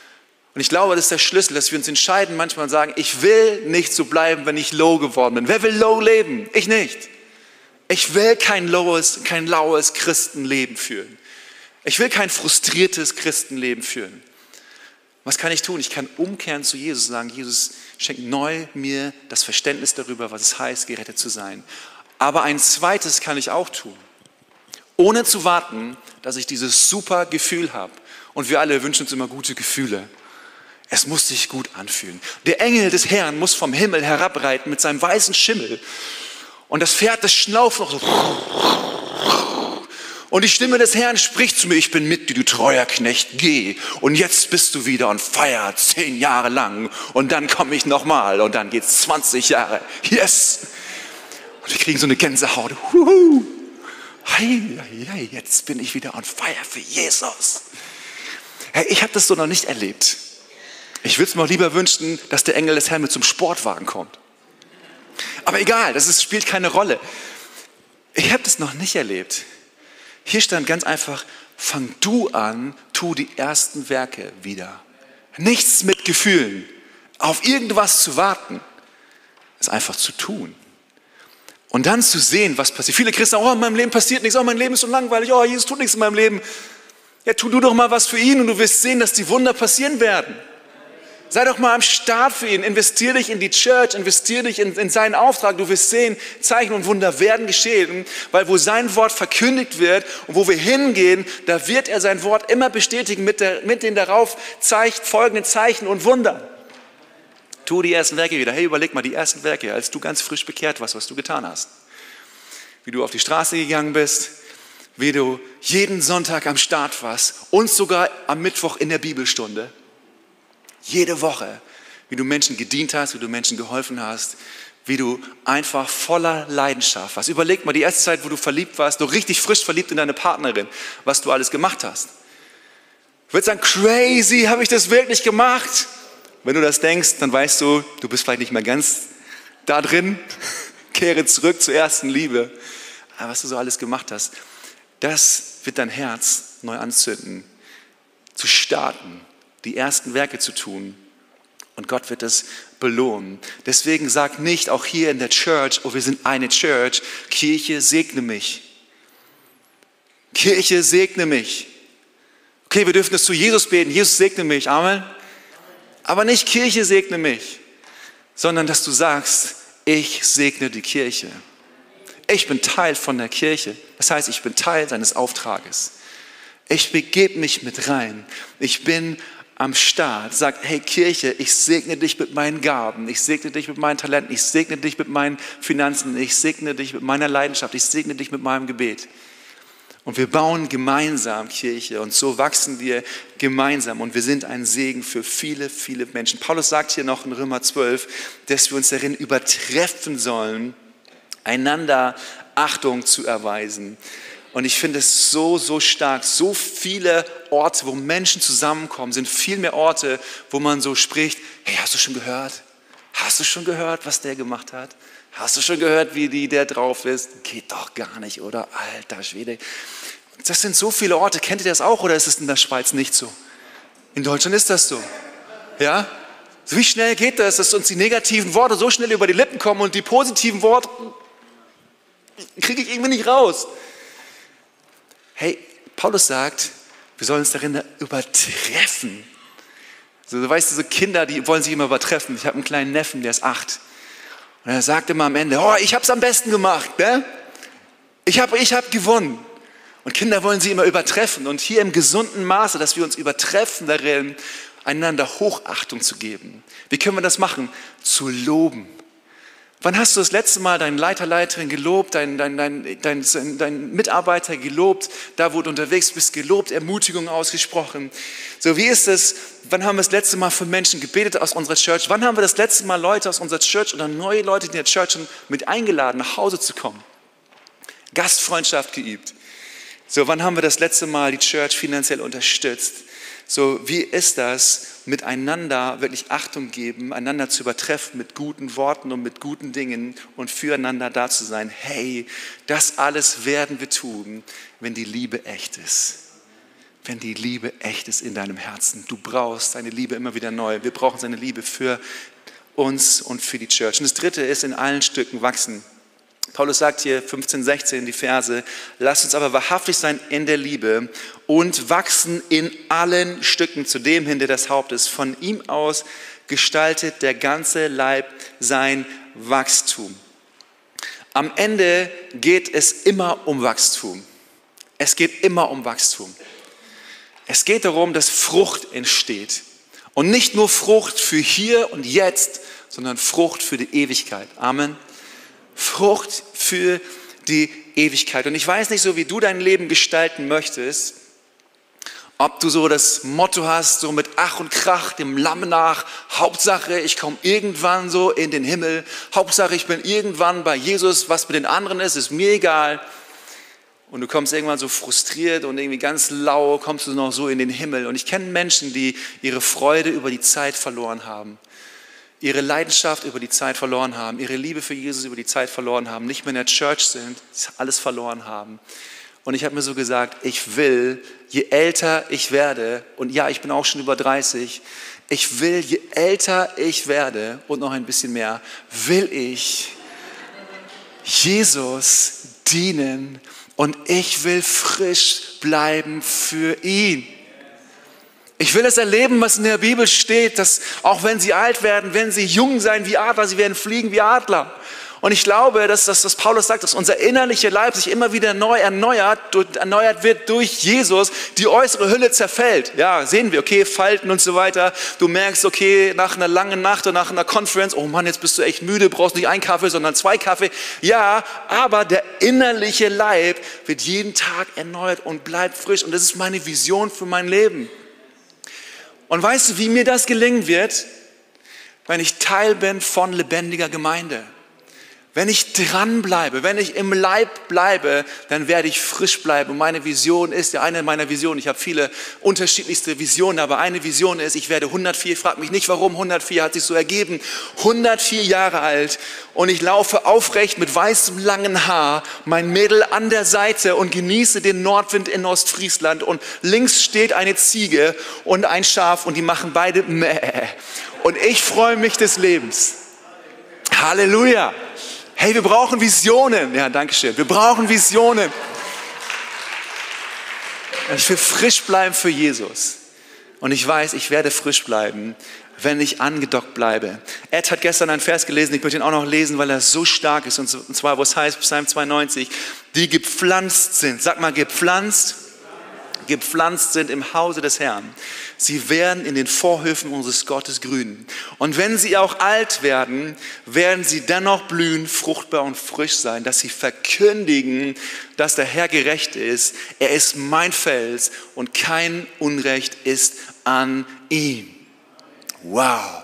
Und ich glaube, das ist der Schlüssel, dass wir uns entscheiden, manchmal sagen, ich will nicht so bleiben, wenn ich low geworden bin. Wer will low leben? Ich nicht. Ich will kein laues Christenleben führen. Ich will kein frustriertes Christenleben führen. Was kann ich tun? Ich kann umkehren zu Jesus und sagen, Jesus, schenk neu mir das Verständnis darüber, was es heißt, gerettet zu sein. Aber ein zweites kann ich auch tun, ohne zu warten, dass ich dieses super Gefühl habe. Und wir alle wünschen uns immer gute Gefühle. Es muss sich gut anfühlen. Der Engel des Herrn muss vom Himmel herabreiten mit seinem weißen Schimmel. Und das Pferd, das schnauft noch so. Und die Stimme des Herrn spricht zu mir, ich bin mit dir, du treuer Knecht, geh. Und jetzt bist du wieder on fire, 10 Jahre lang. Und dann komme ich nochmal und dann geht's 20 Jahre. Yes! Und wir kriegen so eine Gänsehaut. Huhu. Hey, jetzt bin ich wieder on fire für Jesus. Hey, ich habe das so noch nicht erlebt. Ich würde es mir auch lieber wünschen, dass der Engel des Herrn mit zum Sportwagen kommt. Aber egal, spielt keine Rolle. Ich habe das noch nicht erlebt. Hier stand ganz einfach, fang du an, tu die ersten Werke wieder. Nichts mit Gefühlen. Auf irgendwas zu warten, ist einfach zu tun. Und dann zu sehen, was passiert. Viele Christen sagen, oh, in meinem Leben passiert nichts, oh, mein Leben ist so langweilig, oh, Jesus tut nichts in meinem Leben. Ja, tu du doch mal was für ihn und du wirst sehen, dass die Wunder passieren werden. Sei doch mal am Start für ihn, investier dich in die Church, investier dich in seinen Auftrag. Du wirst sehen, Zeichen und Wunder werden geschehen, weil wo sein Wort verkündigt wird und wo wir hingehen, da wird er sein Wort immer bestätigen mit den darauf folgenden Zeichen und Wundern. Tu die ersten Werke wieder. Hey, überleg mal, die ersten Werke, als du ganz frisch bekehrt warst, was du getan hast. Wie du auf die Straße gegangen bist, wie du jeden Sonntag am Start warst und sogar am Mittwoch in der Bibelstunde. Jede Woche, wie du Menschen gedient hast, wie du Menschen geholfen hast, wie du einfach voller Leidenschaft warst. Überleg mal, die erste Zeit, wo du verliebt warst, noch richtig frisch verliebt in deine Partnerin, was du alles gemacht hast. Du würdest sagen, crazy, habe ich das wirklich gemacht? Wenn du das denkst, dann weißt du, du bist vielleicht nicht mehr ganz da drin. Kehre zurück zur ersten Liebe. Aber was du so alles gemacht hast, das wird dein Herz neu anzünden, zu starten, die ersten Werke zu tun. Und Gott wird es belohnen. Deswegen sag nicht, auch hier in der Church, oh, wir sind eine Church, Kirche, segne mich. Kirche, segne mich. Okay, wir dürfen es zu Jesus beten, Jesus, segne mich, Amen. Aber nicht Kirche, segne mich, sondern dass du sagst, ich segne die Kirche. Ich bin Teil von der Kirche. Das heißt, ich bin Teil seines Auftrages. Ich begebe mich mit rein. Ich bin am Start. Sag, hey Kirche, ich segne dich mit meinen Gaben. Ich segne dich mit meinen Talenten. Ich segne dich mit meinen Finanzen. Ich segne dich mit meiner Leidenschaft. Ich segne dich mit meinem Gebet. Und wir bauen gemeinsam Kirche und so wachsen wir gemeinsam und wir sind ein Segen für viele, viele Menschen. Paulus sagt hier noch in Römer 12, dass wir uns darin übertreffen sollen, einander Achtung zu erweisen. Und ich finde es so, so stark. So viele Orte, wo Menschen zusammenkommen, sind viel mehr Orte, wo man so spricht, hey, hast du schon gehört? Hast du schon gehört, was der gemacht hat? Hast du schon gehört, wie der drauf ist? Geht doch gar nicht, oder? Alter Schwede. Das sind so viele Orte. Kennt ihr das auch oder ist es in der Schweiz nicht so? In Deutschland ist das so. Ja? Wie schnell geht das, dass uns die negativen Worte so schnell über die Lippen kommen und die positiven Worte kriege ich irgendwie nicht raus. Hey, Paulus sagt, wir sollen uns darin übertreffen. So, weißt du, so Kinder, die wollen sich immer übertreffen. Ich habe einen kleinen Neffen, der ist 8. Und er sagt immer am Ende, oh, ich habe es am besten gemacht. Ne? Ich hab gewonnen. Und Kinder wollen sie immer übertreffen. Und hier im gesunden Maße, dass wir uns übertreffen darin, einander Hochachtung zu geben. Wie können wir das machen? Zu loben. Wann hast du das letzte Mal deinen Leiter, Leiterin gelobt, deinen Mitarbeiter gelobt, da wo du unterwegs bist, gelobt, Ermutigung ausgesprochen? So, wie ist es? Wann haben wir das letzte Mal für Menschen gebetet aus unserer Church? Wann haben wir das letzte Mal Leute aus unserer Church oder neue Leute in der Church schon mit eingeladen, nach Hause zu kommen? Gastfreundschaft geübt. So, wann haben wir das letzte Mal die Church finanziell unterstützt? So, wie ist das, miteinander wirklich Achtung geben, einander zu übertreffen mit guten Worten und mit guten Dingen und füreinander da zu sein? Hey, das alles werden wir tun, wenn die Liebe echt ist. Wenn die Liebe echt ist in deinem Herzen. Du brauchst seine Liebe immer wieder neu. Wir brauchen seine Liebe für uns und für die Church. Und das Dritte ist, in allen Stücken wachsen. Paulus sagt hier 15, 16 die Verse, lasst uns aber wahrhaftig sein in der Liebe und wachsen in allen Stücken zu dem hin, der das Haupt ist. Von ihm aus gestaltet der ganze Leib sein Wachstum. Am Ende geht es immer um Wachstum. Es geht immer um Wachstum. Es geht darum, dass Frucht entsteht. Und nicht nur Frucht für hier und jetzt, sondern Frucht für die Ewigkeit. Amen. Frucht für die Ewigkeit. Und ich weiß nicht, so wie du dein Leben gestalten möchtest, ob du so das Motto hast, so mit Ach und Krach, dem Lamm nach, Hauptsache ich komme irgendwann so in den Himmel, Hauptsache ich bin irgendwann bei Jesus, was mit den anderen ist mir egal. Und du kommst irgendwann so frustriert und irgendwie ganz lau, kommst du noch so in den Himmel. Und ich kenne Menschen, die ihre Freude über die Zeit verloren haben. Ihre Leidenschaft über die Zeit verloren haben, ihre Liebe für Jesus über die Zeit verloren haben, nicht mehr in der Church sind, alles verloren haben. Und ich habe mir so gesagt, ich will, je älter ich werde, und ja, ich bin auch schon über 30, ich will, je älter ich werde und noch ein bisschen mehr, will ich Jesus dienen und ich will frisch bleiben für ihn. Ich will das erleben, was in der Bibel steht, dass auch wenn sie alt werden, werden sie jung sein wie Adler, sie werden fliegen wie Adler. Und ich glaube, dass Paulus sagt, dass unser innerlicher Leib sich immer wieder neu erneuert wird durch Jesus. Die äußere Hülle zerfällt. Ja, sehen wir, okay, Falten und so weiter. Du merkst, okay, nach einer langen Nacht oder nach einer Conference, oh Mann, jetzt bist du echt müde, brauchst nicht einen Kaffee, sondern 2 Kaffee. Ja, aber der innerliche Leib wird jeden Tag erneuert und bleibt frisch. Und das ist meine Vision für mein Leben. Und weißt du, wie mir das gelingen wird? Wenn ich Teil bin von lebendiger Gemeinde. Wenn ich dranbleibe, wenn ich im Leib bleibe, dann werde ich frisch bleiben. Und meine Vision ist, eine meiner Visionen, ich habe viele unterschiedlichste Visionen, aber eine Vision ist, ich werde 104, frag mich nicht warum, 104 hat sich so ergeben, 104 Jahre alt und ich laufe aufrecht mit weißem langen Haar, mein Mädel an der Seite und genieße den Nordwind in Ostfriesland und links steht eine Ziege und ein Schaf und die machen beide Mäh. Und ich freue mich des Lebens. Halleluja! Hey, wir brauchen Visionen. Ja, danke schön. Wir brauchen Visionen. Ich will frisch bleiben für Jesus. Und ich weiß, ich werde frisch bleiben, wenn ich angedockt bleibe. Ed hat gestern einen Vers gelesen, ich möchte ihn auch noch lesen, weil er so stark ist. Und zwar, wo es heißt, Psalm 92, die gepflanzt sind. Sag mal, gepflanzt sind im Hause des Herrn. Sie werden in den Vorhöfen unseres Gottes grünen. Und wenn sie auch alt werden, werden sie dennoch blühen, fruchtbar und frisch sein, dass sie verkündigen, dass der Herr gerecht ist. Er ist mein Fels und kein Unrecht ist an ihm. Wow.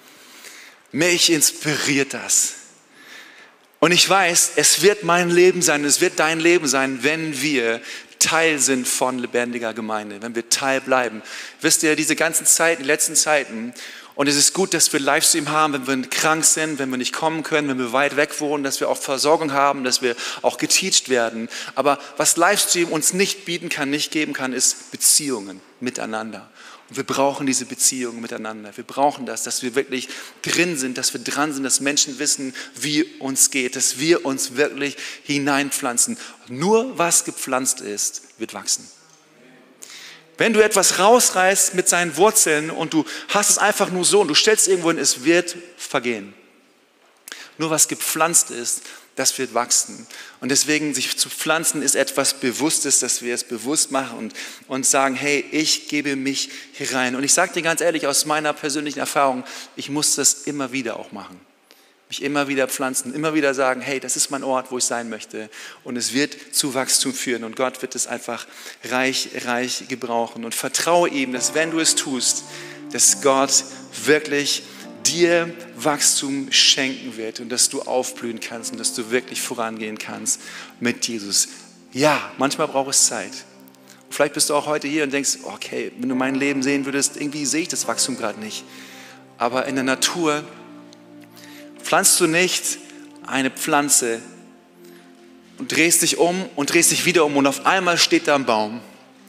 Mich inspiriert das. Und ich weiß, es wird mein Leben sein, es wird dein Leben sein, wenn wir Teil sind von lebendiger Gemeinde, wenn wir Teil bleiben. Wisst ihr, diese ganzen Zeiten, die letzten Zeiten, und es ist gut, dass wir Livestream haben, wenn wir krank sind, wenn wir nicht kommen können, wenn wir weit weg wohnen, dass wir auch Versorgung haben, dass wir auch geteacht werden. Aber was Livestream uns nicht bieten kann, nicht geben kann, ist Beziehungen miteinander. Und wir brauchen diese Beziehungen miteinander. Wir brauchen das, dass wir wirklich drin sind, dass wir dran sind, dass Menschen wissen, wie uns geht, dass wir uns wirklich hineinpflanzen. Nur was gepflanzt ist, wird wachsen. Wenn du etwas rausreißt mit seinen Wurzeln und du hast es einfach nur so und du stellst es irgendwo hin, es wird vergehen. Nur was gepflanzt ist, das wird wachsen. Und deswegen, sich zu pflanzen, ist etwas Bewusstes, dass wir es bewusst machen und sagen, hey, ich gebe mich hier rein. Und ich sage dir ganz ehrlich, aus meiner persönlichen Erfahrung, ich muss das immer wieder auch machen. Mich immer wieder pflanzen, immer wieder sagen, hey, das ist mein Ort, wo ich sein möchte. Und es wird zu Wachstum führen. Und Gott wird es einfach reich gebrauchen. Und vertraue ihm, dass wenn du es tust, dass Gott wirklich dir Wachstum schenken wird und dass du aufblühen kannst und dass du wirklich vorangehen kannst mit Jesus. Ja, manchmal braucht es Zeit. Vielleicht bist du auch heute hier und denkst, okay, wenn du mein Leben sehen würdest, irgendwie sehe ich das Wachstum gerade nicht. Aber in der Natur pflanzt du nicht eine Pflanze und drehst dich um und drehst dich wieder um und auf einmal steht da ein Baum.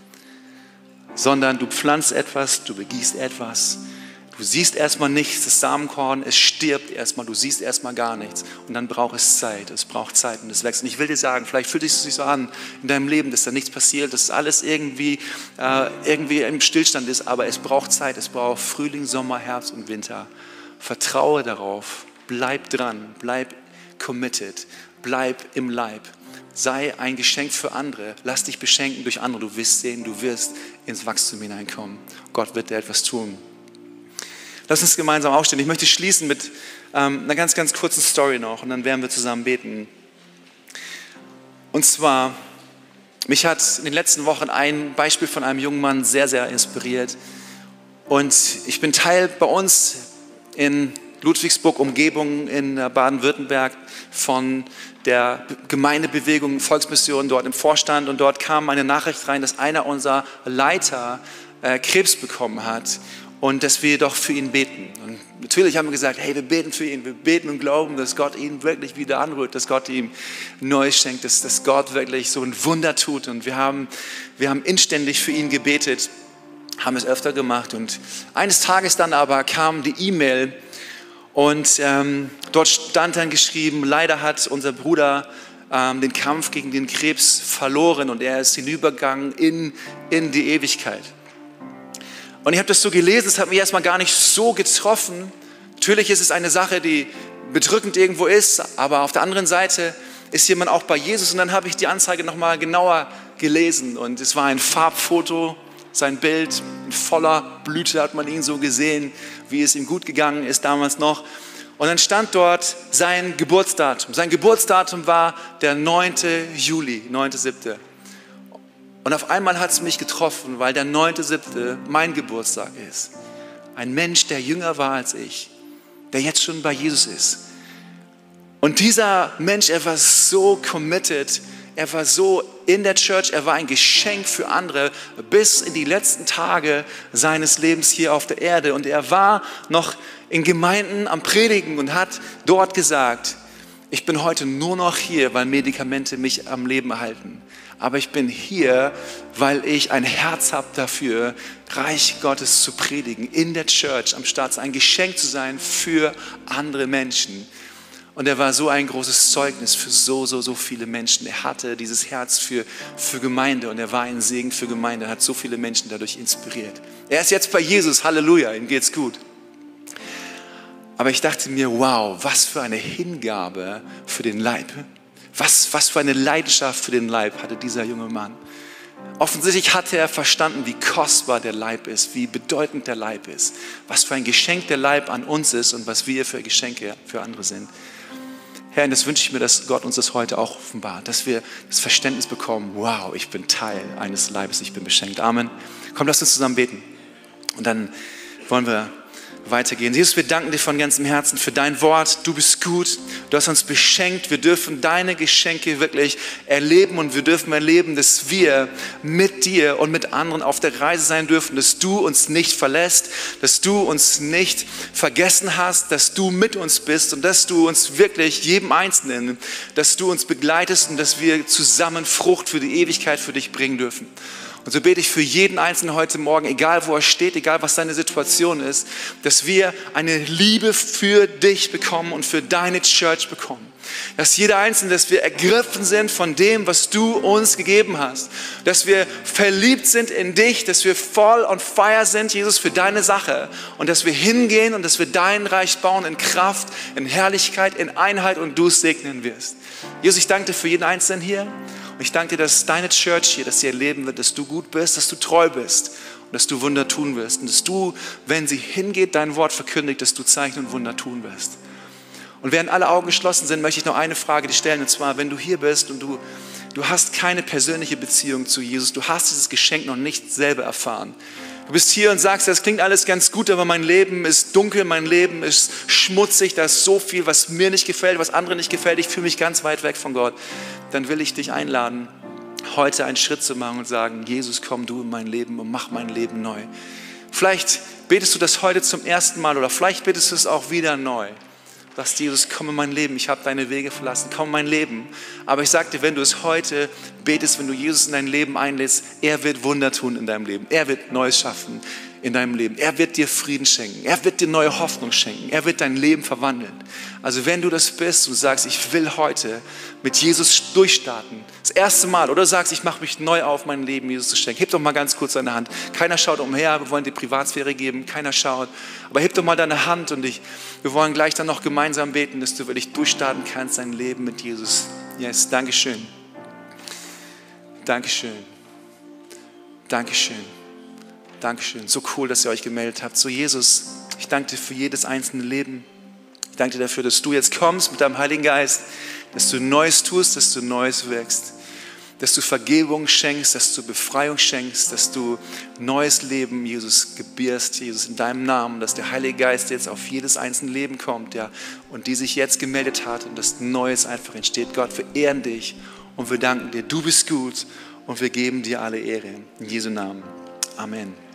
Sondern du pflanzt etwas, du begießt etwas. Du siehst erstmal nichts, das Samenkorn, es stirbt erstmal, du siehst erstmal gar nichts. Und dann braucht es Zeit und es wächst. Und ich will dir sagen, vielleicht fühlt es sich so an in deinem Leben, dass da nichts passiert, dass alles irgendwie im Stillstand ist. Aber es braucht Zeit, es braucht Frühling, Sommer, Herbst und Winter. Vertraue darauf, bleib dran, bleib committed, bleib im Leib. Sei ein Geschenk für andere, lass dich beschenken durch andere. Du wirst sehen, du wirst ins Wachstum hineinkommen. Gott wird dir etwas tun. Lass uns gemeinsam aufstehen. Ich möchte schließen mit einer ganz, ganz kurzen Story noch und dann werden wir zusammen beten. Und zwar, mich hat in den letzten Wochen ein Beispiel von einem jungen Mann sehr, sehr inspiriert. Und ich bin Teil bei uns in Ludwigsburg, Umgebung in Baden-Württemberg von der Gemeindebewegung Volksmission dort im Vorstand. Und dort kam eine Nachricht rein, dass einer unserer Leiter Krebs bekommen hat. Und dass wir doch für ihn beten. Und natürlich haben wir gesagt, hey, wir beten für ihn. Wir beten und glauben, dass Gott ihn wirklich wieder anrührt, dass Gott ihm Neues schenkt, dass Gott wirklich so ein Wunder tut. Und wir haben inständig für ihn gebetet, haben es öfter gemacht. Und eines Tages dann aber kam die E-Mail und dort stand dann geschrieben, leider hat unser Bruder den Kampf gegen den Krebs verloren und er ist hinübergegangen in die Ewigkeit. Und ich habe das so gelesen, es hat mich erstmal gar nicht so getroffen. Natürlich ist es eine Sache, die bedrückend irgendwo ist, aber auf der anderen Seite ist jemand auch bei Jesus. Und dann habe ich die Anzeige nochmal genauer gelesen und es war ein Farbfoto, sein Bild in voller Blüte hat man ihn so gesehen, wie es ihm gut gegangen ist damals noch. Und dann stand dort sein Geburtsdatum. Sein Geburtsdatum war der 9. Juli, 9.7. Und auf einmal hat es mich getroffen, weil der 9.7. mein Geburtstag ist. Ein Mensch, der jünger war als ich, der jetzt schon bei Jesus ist. Und dieser Mensch, er war so committed, er war so in der Church, er war ein Geschenk für andere bis in die letzten Tage seines Lebens hier auf der Erde. Und er war noch in Gemeinden am Predigen und hat dort gesagt, ich bin heute nur noch hier, weil Medikamente mich am Leben erhalten. Aber ich bin hier, weil ich ein Herz habe dafür, Reich Gottes zu predigen, in der Church, am Start, ein Geschenk zu sein für andere Menschen. Und er war so ein großes Zeugnis für so viele Menschen. Er hatte dieses Herz für Gemeinde und er war ein Segen für Gemeinde, hat so viele Menschen dadurch inspiriert. Er ist jetzt bei Jesus, Halleluja, ihm geht's gut. Aber ich dachte mir, wow, was für eine Hingabe für den Leib. Was für eine Leidenschaft für den Leib hatte dieser junge Mann. Offensichtlich hatte er verstanden, wie kostbar der Leib ist, wie bedeutend der Leib ist, was für ein Geschenk der Leib an uns ist und was wir für Geschenke für andere sind. Herr, und das wünsche ich mir, dass Gott uns das heute auch offenbart, dass wir das Verständnis bekommen, wow, ich bin Teil eines Leibes, ich bin beschenkt. Amen. Komm, lass uns zusammen beten. Und dann wollen wir weitergehen. Jesus, wir danken dir von ganzem Herzen für dein Wort. Du bist gut. Du hast uns beschenkt. Wir dürfen deine Geschenke wirklich erleben und wir dürfen erleben, dass wir mit dir und mit anderen auf der Reise sein dürfen, dass du uns nicht verlässt, dass du uns nicht vergessen hast, dass du mit uns bist und dass du uns wirklich, jedem Einzelnen, dass du uns begleitest und dass wir zusammen Frucht für die Ewigkeit für dich bringen dürfen. Und so bete ich für jeden Einzelnen heute Morgen, egal wo er steht, egal was seine Situation ist, dass wir eine Liebe für dich bekommen und für deine Church bekommen. Dass jeder Einzelne, dass wir ergriffen sind von dem, was du uns gegeben hast. Dass wir verliebt sind in dich, dass wir voll on fire sind, Jesus, für deine Sache. Und dass wir hingehen und dass wir dein Reich bauen in Kraft, in Herrlichkeit, in Einheit und du es segnen wirst. Jesus, ich danke dir für jeden Einzelnen hier. Und ich danke dir, dass deine Church hier, dass sie erleben wird, dass du gut bist, dass du treu bist und dass du Wunder tun wirst. Und dass du, wenn sie hingeht, dein Wort verkündigt, dass du Zeichen und Wunder tun wirst. Und während alle Augen geschlossen sind, möchte ich noch eine Frage dir stellen. Und zwar, wenn du hier bist und du hast keine persönliche Beziehung zu Jesus, du hast dieses Geschenk noch nicht selber erfahren. Du bist hier und sagst, das klingt alles ganz gut, aber mein Leben ist dunkel, mein Leben ist schmutzig, da ist so viel, was mir nicht gefällt, was anderen nicht gefällt, ich fühle mich ganz weit weg von Gott. Dann will ich dich einladen, heute einen Schritt zu machen und sagen, Jesus, komm du in mein Leben und mach mein Leben neu. Vielleicht betest du das heute zum ersten Mal oder vielleicht betest du es auch wieder neu. Sagst, Jesus, komm in mein Leben, ich habe deine Wege verlassen, komm in mein Leben. Aber ich sage dir, wenn du es heute betest, wenn du Jesus in dein Leben einlädst, er wird Wunder tun in deinem Leben. Er wird Neues schaffen in deinem Leben. Er wird dir Frieden schenken. Er wird dir neue Hoffnung schenken. Er wird dein Leben verwandeln. Also wenn du das bist und sagst, ich will heute mit Jesus durchstarten, das erste Mal, oder sagst, ich mache mich neu auf, mein Leben Jesus zu schenken, heb doch mal ganz kurz deine Hand. Keiner schaut umher, wir wollen dir Privatsphäre geben, keiner schaut. Aber heb doch mal deine Hand und wir wollen gleich dann noch gemeinsam beten, dass du wirklich durchstarten kannst, dein Leben mit Jesus. Yes, Dankeschön. Dankeschön. Dankeschön. Dankeschön. So cool, dass ihr euch gemeldet habt. So Jesus, ich danke dir für jedes einzelne Leben. Ich danke dir dafür, dass du jetzt kommst mit deinem Heiligen Geist, dass du Neues tust, dass du Neues wirkst, dass du Vergebung schenkst, dass du Befreiung schenkst, dass du neues Leben, Jesus, gebierst, Jesus, in deinem Namen, dass der Heilige Geist jetzt auf jedes einzelne Leben kommt, ja, und die sich jetzt gemeldet hat und dass Neues einfach entsteht. Gott, wir ehren dich und wir danken dir. Du bist gut und wir geben dir alle Ehre. In Jesu Namen. Amen.